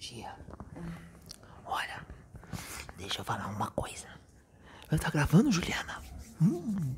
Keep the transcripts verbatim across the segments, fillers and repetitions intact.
Tia, olha, deixa eu falar uma coisa. Ela tá gravando, Juliana? Hum.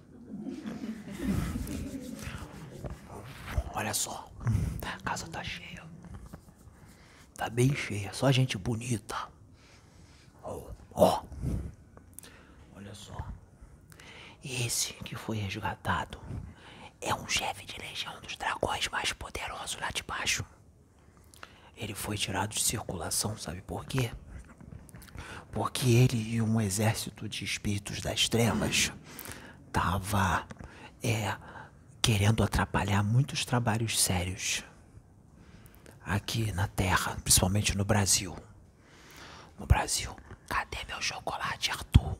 Olha só, a casa tá cheia. Tá bem cheia, só gente bonita. Ó, ó. Olha só. Esse que foi resgatado é um chefe de legião dos dragões mais poderosos lá de baixo. Ele foi tirado de circulação, sabe por quê? Porque ele e um exército de espíritos das trevas tava é, querendo atrapalhar muitos trabalhos sérios aqui na Terra, principalmente no Brasil. No Brasil, cadê meu chocolate, Arthur?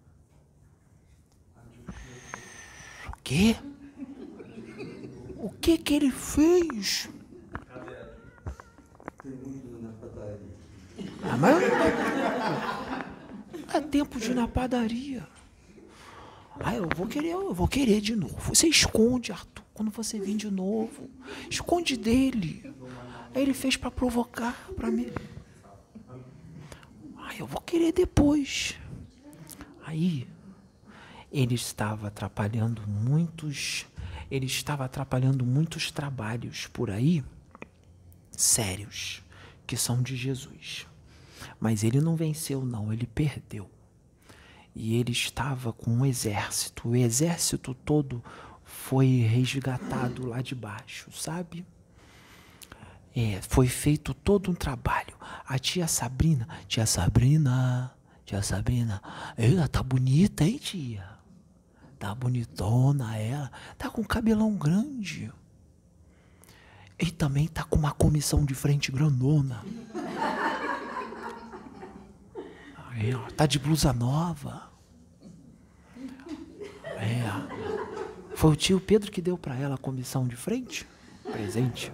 O quê? O que que ele fez? Ah, mas é tempo de ir na padaria. Ah, eu vou querer, eu vou querer de novo. Você esconde, Arthur, quando você vir de novo. Esconde dele. Aí ele fez pra provocar, pra mim. Ah, eu vou querer depois. Aí, ele estava atrapalhando muitos, ele estava atrapalhando muitos trabalhos por aí, sérios, que são de Jesus. Mas ele não venceu, não, ele perdeu. E ele estava com um exército. O exército todo foi resgatado lá de baixo, sabe? É, foi feito todo um trabalho. A tia Sabrina, tia Sabrina, tia Sabrina, ela tá bonita, hein, tia? Tá bonitona ela. Tá com cabelão grande. E também tá com uma comissão de frente grandona. É, tá de blusa nova. É. Foi o tio Pedro que deu pra ela a comissão de frente? Presente.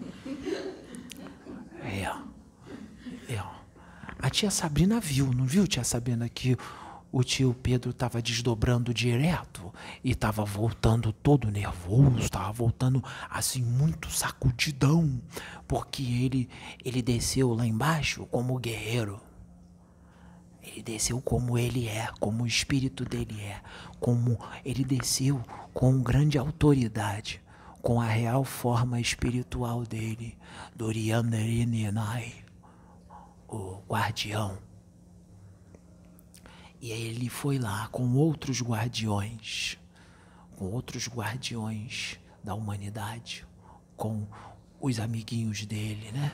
É. É. A tia Sabrina viu, não viu, tia Sabrina, que o tio Pedro tava desdobrando direto e tava voltando todo nervoso, tava voltando assim muito sacudidão, porque ele, ele desceu lá embaixo como guerreiro. Ele desceu como ele é, como o espírito dele é, como ele desceu com grande autoridade, com a real forma espiritual dele, Dorianerinai, o guardião. E aí ele foi lá com outros guardiões, com outros guardiões da humanidade, com os amiguinhos dele, né?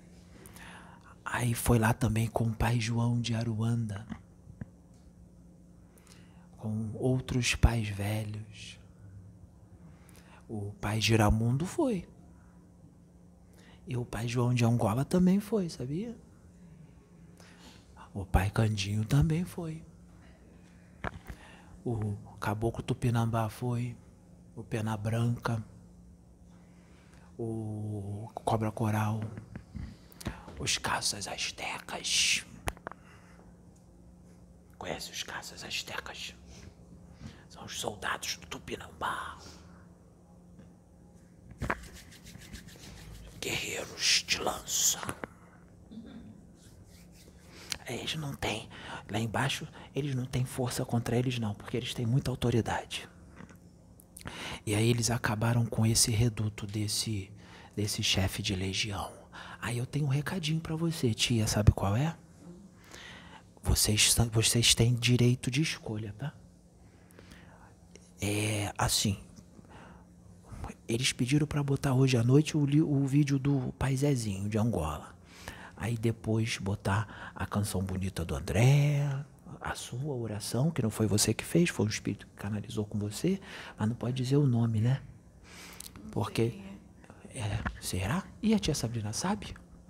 Aí foi lá também com o pai João de Aruanda, com outros pais velhos. O pai Giramundo foi. E o pai João de Angola também foi, sabia? O pai Candinho também foi. O Caboclo Tupinambá foi. O Pena Branca. O Cobra Coral. Os caças astecas. Conhece os caças astecas? São os soldados do Tupinambá. Guerreiros de lança. Eles não têm, lá embaixo, eles não têm força contra eles não, porque eles têm muita autoridade. E aí eles acabaram com esse reduto desse, desse chefe de legião. Aí eu tenho um recadinho pra você, tia, sabe qual é? Vocês, vocês têm direito de escolha, tá? É assim, eles pediram pra botar hoje à noite o, o vídeo do Pai Zezinho de Angola. Aí depois botar a canção bonita do André, a sua oração, que não foi você que fez, foi o espírito que canalizou com você, mas não pode dizer o nome, né? Porque... É, será? E a tia Sabrina sabe?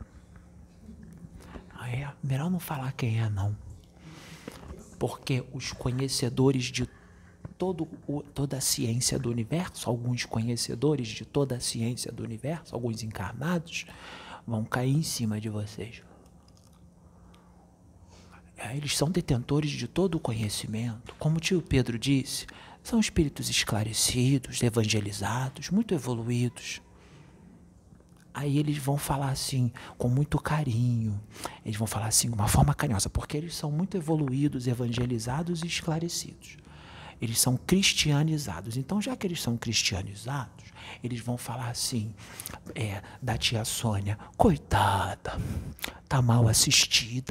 Ah, é, melhor não falar quem é, não. Porque os conhecedores de todo o, toda a ciência do universo, alguns conhecedores de toda a ciência do universo, alguns encarnados, vão cair em cima de vocês. É, eles são detentores de todo o conhecimento. Como o tio Pedro disse, são espíritos esclarecidos, evangelizados, muito evoluídos. Aí eles vão falar assim, com muito carinho. Eles vão falar assim, de uma forma carinhosa, porque eles são muito evoluídos, evangelizados e esclarecidos. Eles são cristianizados. Então, já que eles são cristianizados, eles vão falar assim, é, da tia Sônia, coitada, tá mal assistida.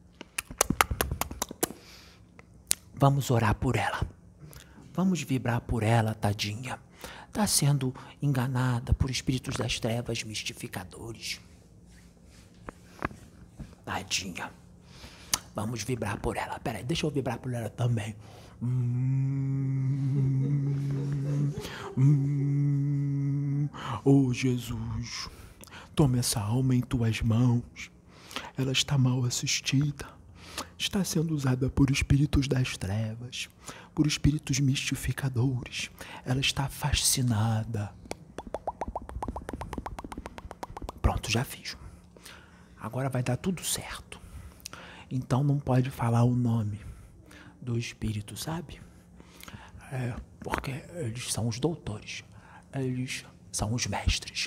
Vamos orar por ela. Vamos vibrar por ela, tadinha. Está sendo enganada por espíritos das trevas mistificadores. Tadinha. Vamos vibrar por ela. Peraí, deixa eu vibrar por ela também. Hum, hum, oh, Jesus, toma essa alma em tuas mãos. Ela está mal assistida. Está sendo usada por espíritos das trevas, por espíritos mistificadores. Ela está fascinada. Pronto, já fiz. Agora vai dar tudo certo. Então não pode falar o nome do espírito, sabe? É, porque eles são os doutores. Eles são os mestres.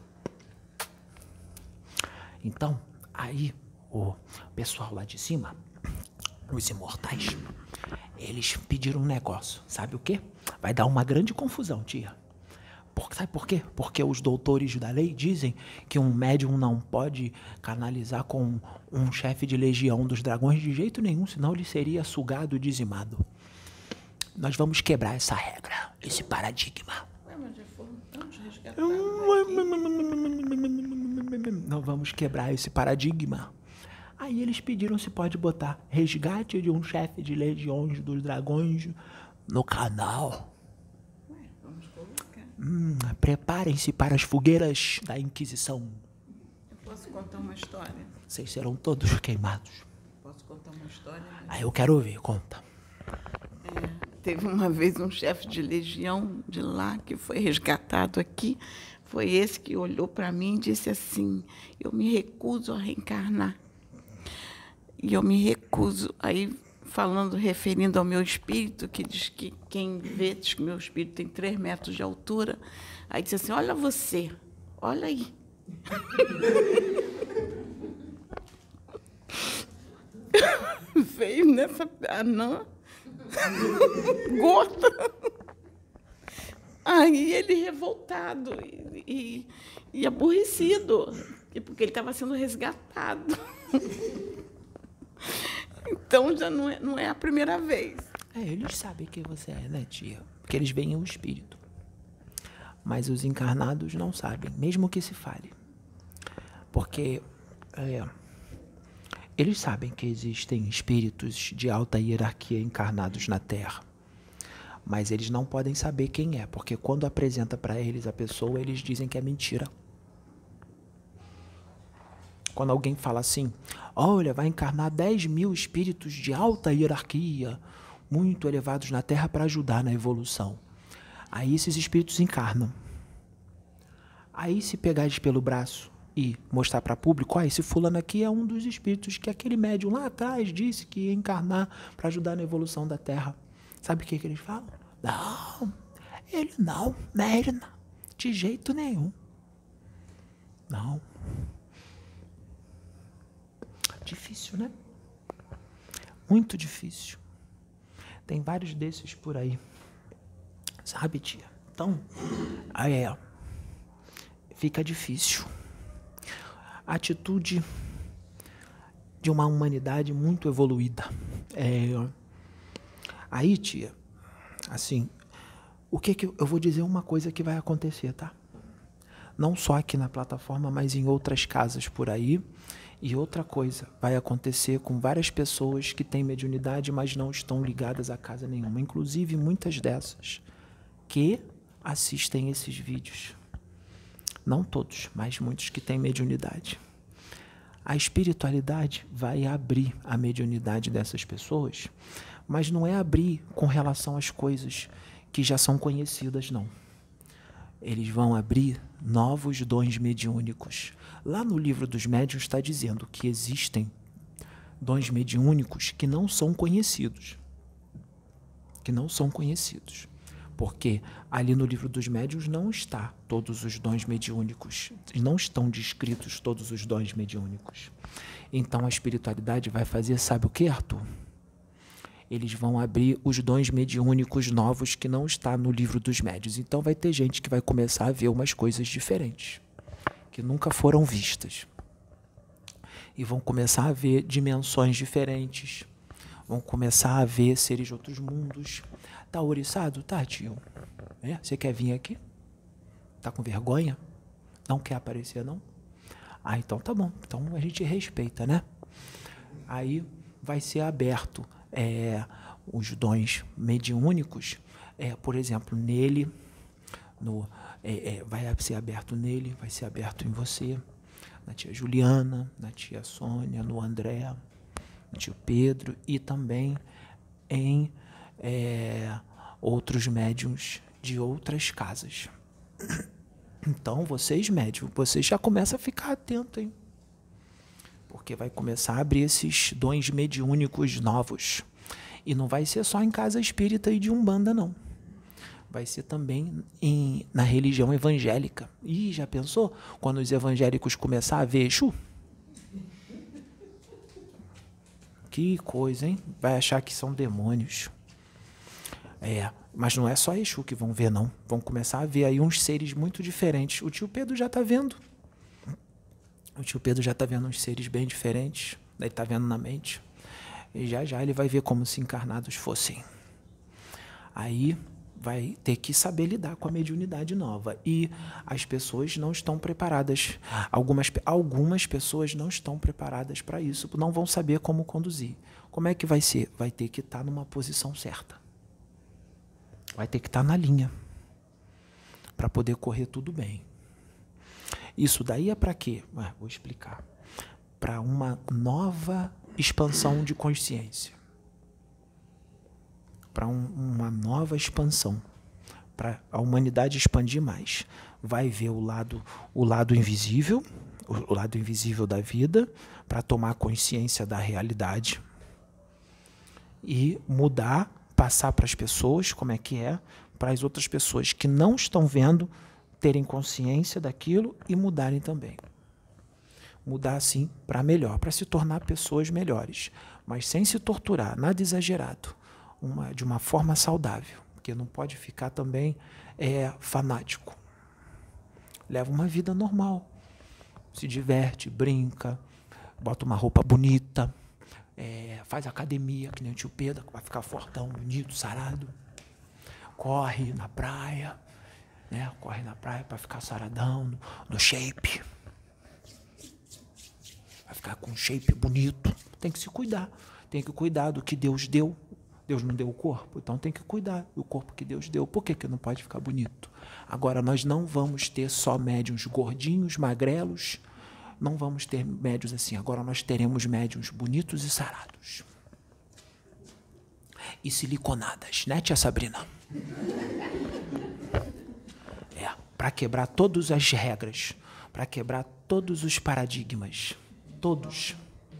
Então, aí o pessoal lá de cima, os imortais, eles pediram um negócio. Sabe o quê? Vai dar uma grande confusão, tia. Por, sabe por quê? Porque os doutores da lei dizem que um médium não pode canalizar com um chefe de legião dos dragões de jeito nenhum, senão ele seria sugado e dizimado. Nós vamos quebrar essa regra, esse paradigma. Ué, mas já foram tantos resgatados aqui. Nós vamos quebrar esse paradigma. Aí eles pediram se pode botar resgate de um chefe de legiões dos dragões no canal. Ué, vamos colocar. Hum, preparem-se para as fogueiras da Inquisição. Eu posso contar uma história? Vocês serão todos queimados. Posso contar uma história? Mas... Aí eu quero ouvir, conta. É, teve uma vez um chefe de legião de lá que foi resgatado aqui. Foi esse que olhou para mim e disse assim: eu me recuso a reencarnar. E eu me recuso. Aí, falando, referindo ao meu espírito, que diz que quem vê diz que meu espírito tem três metros de altura. Aí disse assim: olha você, olha aí. Veio nessa anã gorda. Aí ele revoltado e, e, e aborrecido, porque ele estava sendo resgatado. Então já não é, não é a primeira vez. É, eles sabem que você é, né, tia? Porque eles veem o espírito. Mas os encarnados não sabem, mesmo que se fale. Porque é, eles sabem que existem espíritos de alta hierarquia encarnados na Terra. Mas eles não podem saber quem é, porque quando apresenta para eles a pessoa, eles dizem que é mentira. Quando alguém fala assim, olha, vai encarnar dez mil espíritos de alta hierarquia, muito elevados na Terra para ajudar na evolução. Aí esses espíritos encarnam. Aí se pegar eles pelo braço e mostrar para público, ó, esse fulano aqui é um dos espíritos que aquele médium lá atrás disse que ia encarnar para ajudar na evolução da Terra. Sabe o que, que eles falam? Não, ele não, ele não, de jeito nenhum. Não. Difícil, né? Muito difícil. Tem vários desses por aí. Sabe, tia? Então, é, fica difícil. A atitude de uma humanidade muito evoluída. É, aí, tia, assim, o que que eu, eu vou dizer uma coisa que vai acontecer, tá? Não só aqui na plataforma, mas em outras casas por aí. E outra coisa vai acontecer com várias pessoas que têm mediunidade, mas não estão ligadas a casa nenhuma. Inclusive, muitas dessas que assistem esses vídeos. Não todos, mas muitos que têm mediunidade. A espiritualidade vai abrir a mediunidade dessas pessoas, mas não é abrir com relação às coisas que já são conhecidas, não. Eles vão abrir novos dons mediúnicos. Lá no livro dos médiuns está dizendo que existem dons mediúnicos que não são conhecidos. Que não são conhecidos. Porque ali no livro dos médiuns não está todos os dons mediúnicos, não estão descritos todos os dons mediúnicos. Então a espiritualidade vai fazer, sabe o que, Arthur? Eles vão abrir os dons mediúnicos novos que não está no livro dos médiuns. Então vai ter gente que vai começar a ver umas coisas diferentes, que nunca foram vistas. E vão começar a ver dimensões diferentes, vão começar a ver seres de outros mundos. Tá oriçado? Tá, tio? É? Você quer vir aqui? Tá com vergonha? Não quer aparecer, não? Ah, então tá bom. Então a gente respeita, né? Aí vai ser aberto é, os dons mediúnicos, é, por exemplo, nele, no, é, é, vai ser aberto nele, vai ser aberto em você, na tia Juliana, na tia Sônia, no André, no tio Pedro e também em é, outros médiuns de outras casas. Então, vocês médiums, vocês já começam a ficar atentos, hein? Porque vai começar a abrir esses dons mediúnicos novos. E não vai ser só em casa espírita e de umbanda, não. Vai ser também em, na religião evangélica. Ih, já pensou? Quando os evangélicos começarem a ver Exu? Que coisa, hein? Vai achar que são demônios. É, mas não é só Exu que vão ver, não. Vão começar a ver aí uns seres muito diferentes. O tio Pedro já está vendo. O tio Pedro já está vendo uns seres bem diferentes. Ele está vendo na mente. E já já ele vai ver como se encarnados fossem. Aí vai ter que saber lidar com a mediunidade nova. E as pessoas não estão preparadas. Algumas, algumas pessoas não estão preparadas para isso. Não vão saber como conduzir. Como é que vai ser? Vai ter que estar numa posição certa. Vai ter que estar na linha. Para poder correr tudo bem. Isso daí é para quê? Ué, vou explicar. Para uma nova expansão de consciência. Para um, uma nova expansão. Para a humanidade expandir mais. Vai ver o lado, o lado invisível, o, o lado invisível da vida, para tomar consciência da realidade. E mudar, passar para as pessoas como é que é, para as outras pessoas que não estão vendo, terem consciência daquilo e mudarem também. Mudar, assim, para melhor, para se tornar pessoas melhores, mas sem se torturar, nada exagerado, uma, de uma forma saudável, porque não pode ficar também é, fanático. Leva uma vida normal, se diverte, brinca, bota uma roupa bonita, é, faz academia, que nem o tio Pedro, vai ficar fortão, bonito, sarado, corre na praia, né? Corre na praia para ficar saradão, no, no shape. Vai ficar com um shape bonito. Tem que se cuidar. Tem que cuidar do que Deus deu. Deus não deu o corpo, então tem que cuidar do corpo que Deus deu. Por que que não pode ficar bonito? Agora, nós não vamos ter só médiuns gordinhos, magrelos. Não vamos ter médiuns assim. Agora nós teremos médiuns bonitos e sarados. E siliconadas, né, tia Sabrina? É, para quebrar todas as regras, para quebrar todos os paradigmas, todos.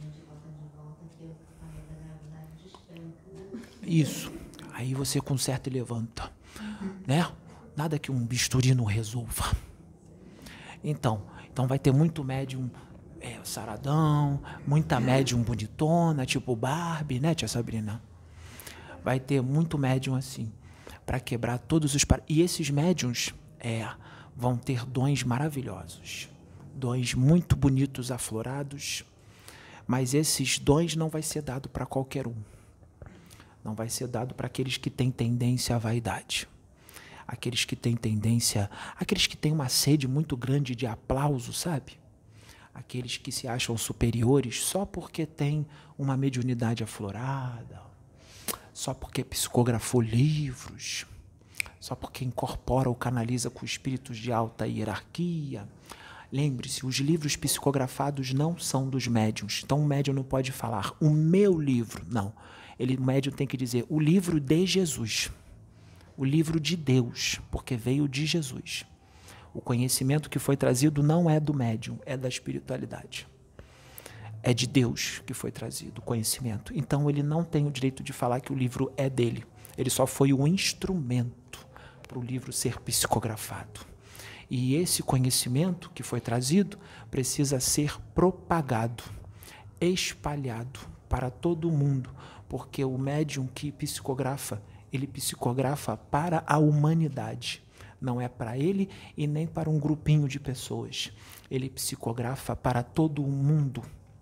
Isso. Aí você conserta e levanta, né? Nada que um bisturi não resolva. Então, então vai ter muito médium é, saradão, muita médium bonitona, tipo Barbie, né, tia Sabrina? Vai ter muito médium assim, para quebrar todos os... Par... E esses médiums é, vão ter dons maravilhosos, dons muito bonitos, aflorados, mas esses dons não vai ser dado para qualquer um. Não vai ser dado para aqueles que têm tendência à vaidade. Aqueles que têm tendência... Aqueles que têm uma sede muito grande de aplauso, sabe? Aqueles que se acham superiores só porque têm uma mediunidade aflorada, só porque psicografou livros, só porque incorpora ou canaliza com espíritos de alta hierarquia. Lembre-se, os livros psicografados não são dos médiuns. Então o médium não pode falar o meu livro, não. Ele, o médium tem que dizer o livro de Jesus, o livro de Deus, porque veio de Jesus. O conhecimento que foi trazido não é do médium, é da espiritualidade. É de Deus que foi trazido o conhecimento. Então ele não tem o direito de falar que o livro é dele. Ele só foi um instrumento para o livro ser psicografado. E esse conhecimento que foi trazido precisa ser propagado, espalhado para todo mundo, porque o médium que psicografa, ele psicografa para a humanidade. Não é para ele e nem para um grupinho de pessoas. Ele psicografa para todo o mundo.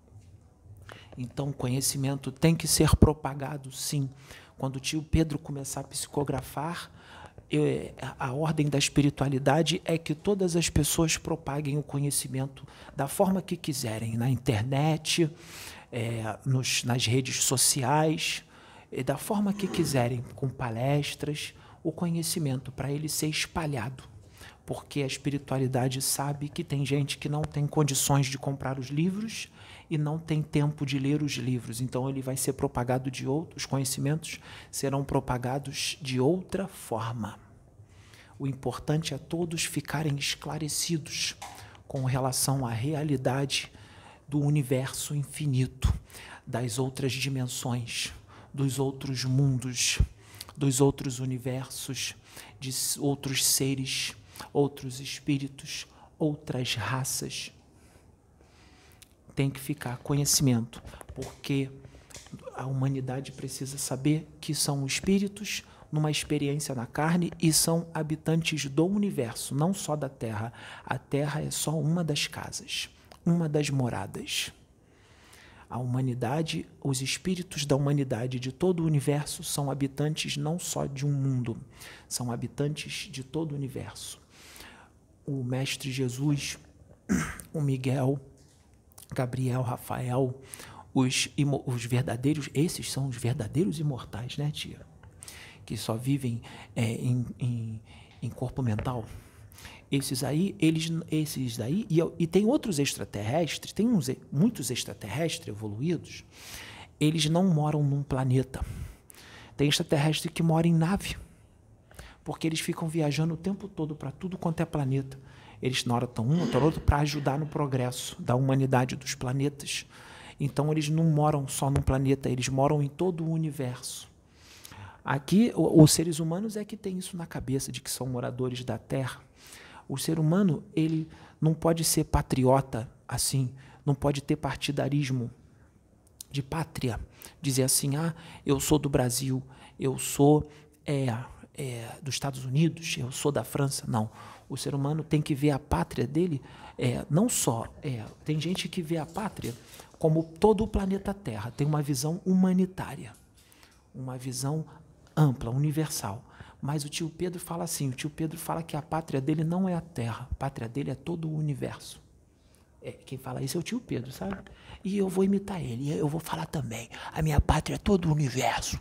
Então, o conhecimento tem que ser propagado, sim. Quando o tio Pedro começar a psicografar, eu, a ordem da espiritualidade é que todas as pessoas propaguem o conhecimento da forma que quiserem, na internet, é, nos, nas redes sociais, é, da forma que quiserem, com palestras, o conhecimento para ele ser espalhado. Porque a espiritualidade sabe que tem gente que não tem condições de comprar os livros e não tem tempo de ler os livros. Então, ele vai ser propagado de outros, os conhecimentos serão propagados de outra forma. O importante é todos ficarem esclarecidos com relação à realidade do universo infinito, das outras dimensões, dos outros mundos, dos outros universos, de outros seres, outros espíritos, outras raças. Tem que ficar conhecimento, porque a humanidade precisa saber que são espíritos numa experiência na carne e são habitantes do universo, não só da Terra. A Terra é só uma das casas, uma das moradas. A humanidade, os espíritos da humanidade de todo o universo são habitantes não só de um mundo, são habitantes de todo o universo. O Mestre Jesus, o Miguel, Gabriel, Rafael, os, os verdadeiros, esses são os verdadeiros imortais, né, tia? Que só vivem é, em, em, em corpo mental. Esses aí, eles, esses aí, e, e tem outros extraterrestres, tem uns, muitos extraterrestres evoluídos, eles não moram num planeta. Tem extraterrestre que mora em nave, porque eles ficam viajando o tempo todo para tudo quanto é planeta. Eles, na hora, estão um, outra outro, para ajudar no progresso da humanidade dos planetas. Então, eles não moram só num planeta, eles moram em todo o universo. Aqui, os seres humanos é que tem isso na cabeça, de que são moradores da Terra. O ser humano, ele não pode ser patriota assim, não pode ter partidarismo de pátria. Dizer assim, ah, eu sou do Brasil, eu sou é, é, dos Estados Unidos, eu sou da França. Não. O ser humano tem que ver a pátria dele, é, não só, é, tem gente que vê a pátria como todo o planeta Terra, tem uma visão humanitária, uma visão ampla, universal. Mas o tio Pedro fala assim, o tio Pedro fala que a pátria dele não é a Terra, a pátria dele é todo o universo. É, quem fala isso é o tio Pedro, sabe? E eu vou imitar ele, eu vou falar também, a minha pátria é todo o universo.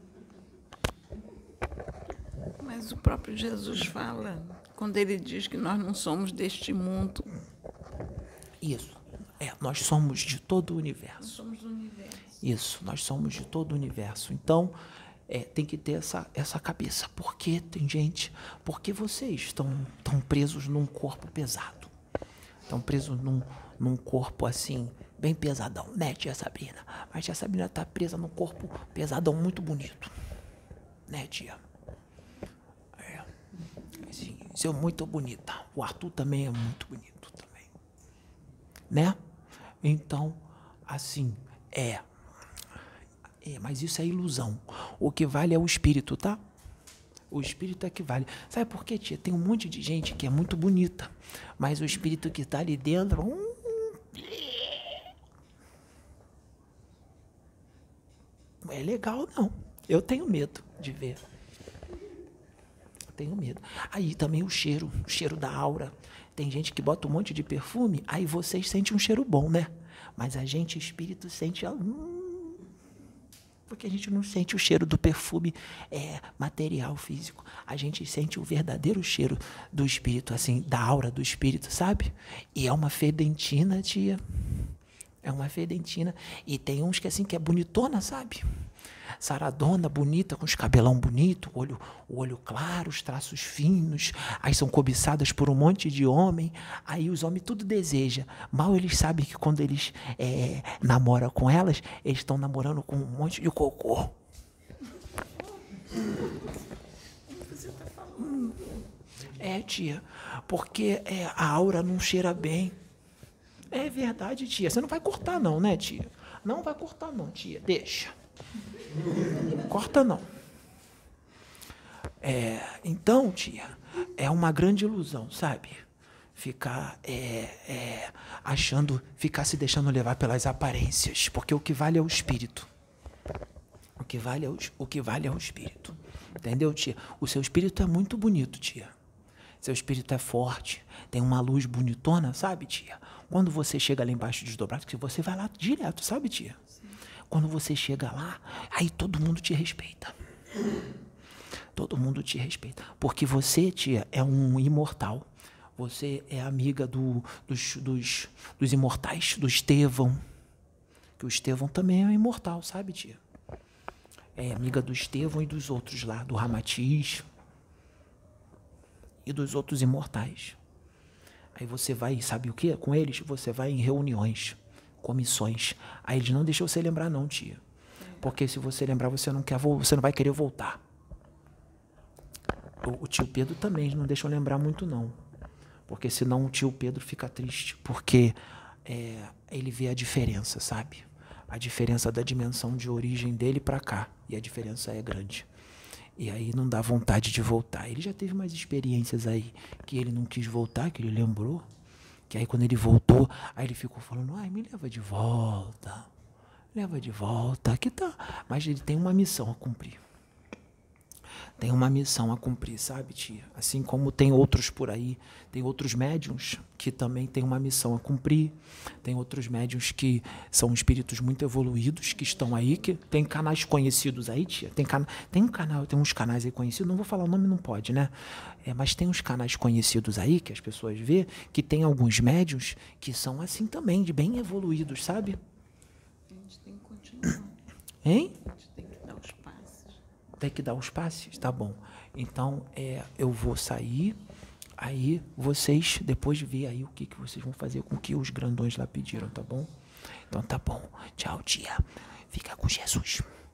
Mas o próprio Jesus fala, quando ele diz que nós não somos deste mundo. Isso. É, nós somos de todo o universo. Nós somos do universo. Isso, nós somos de todo o universo. Então, é, tem que ter essa, essa cabeça. Por que tem gente? Porque vocês estão, estão presos num corpo pesado. Estão presos num, num corpo assim, bem pesadão, né, tia Sabrina? Mas tia Sabrina está presa num corpo pesadão muito bonito. Né, tia? É. Assim, isso é muito bonita. O Arthur também é muito bonito também. Né? Então, assim, é... É, mas isso é ilusão. O que vale é o espírito, tá? O espírito é que vale. Sabe por quê, tia? Tem um monte de gente que é muito bonita, mas o espírito que está ali dentro... Hum, não é legal, não. Eu tenho medo de ver. Eu tenho medo. Aí também o cheiro, o cheiro da aura. Tem gente que bota um monte de perfume, aí vocês sentem um cheiro bom, né? Mas a gente, espírito, sente... Hum, porque a gente não sente o cheiro do perfume é, material, físico. A gente sente o verdadeiro cheiro do espírito, assim, da aura do espírito, sabe? E é uma fedentina, tia. É uma fedentina. E tem uns que assim, que é bonitona, sabe? Saradona, bonita, com os cabelão bonito, o olho, o olho claro, os traços finos. Aí são cobiçadas por um monte de homem. Aí os homens tudo desejam. Mal eles sabem que quando eles é, namoram com elas, eles estão namorando com um monte de cocô. Você está falando? É, tia, porque é, a aura não cheira bem. É verdade, tia. Você não vai cortar não, né, tia? Não vai cortar não, tia. Deixa. Corta não. É, então, tia, é uma grande ilusão, sabe? Ficar é, é, achando, ficar se deixando levar pelas aparências, porque o que vale é o espírito. O que vale é o, o que vale é o espírito. Entendeu, tia? O seu espírito é muito bonito, tia. Seu espírito é forte, tem uma luz bonitona, sabe, tia? Quando você chega lá embaixo desdobrado, que você vai lá direto, sabe, tia? Sim. Quando você chega lá, aí todo mundo te respeita. Todo mundo te respeita. Porque você, tia, é um imortal. Você é amiga do, dos, dos, dos imortais, do Estevão. Que o Estevão também é um imortal, sabe, tia? É amiga do Estevão e dos outros lá, do Ramatiz. E dos outros imortais. Aí você vai, sabe o que? Com eles, você vai em reuniões, comissões. Aí eles não deixam você lembrar não, tia. Porque se você lembrar, você não quer, você não vai querer voltar. O, o tio Pedro também não deixam lembrar muito não. Porque senão o tio Pedro fica triste. Porque é, ele vê a diferença, sabe? A diferença da dimensão de origem dele para cá. E a diferença é grande. E aí não dá vontade de voltar. Ele já teve umas experiências aí que ele não quis voltar, que ele lembrou. Que aí quando ele voltou, aí ele ficou falando, ai, me leva de volta. Leva de volta. Que tá. Mas ele tem uma missão a cumprir. Tem uma missão a cumprir, sabe, tia? Assim como tem outros por aí, tem outros médiuns que também têm uma missão a cumprir, tem outros médiuns que são espíritos muito evoluídos, que estão aí, que tem canais conhecidos aí, tia. Tem, cana tem um canal, tem uns canais aí conhecidos, não vou falar o nome, não pode, né? É, mas tem uns canais conhecidos aí, que as pessoas vê, que tem alguns médiuns que são assim também, de bem evoluídos, sabe? A gente tem que continuar. Hein? A gente tem que dar os passos. Tem que dar os passes? Tá bom. Então, é, eu vou sair, aí vocês, depois de ver aí o que, que vocês vão fazer com o que os grandões lá pediram, tá bom? Então tá bom. Tchau, tia. Fica com Jesus.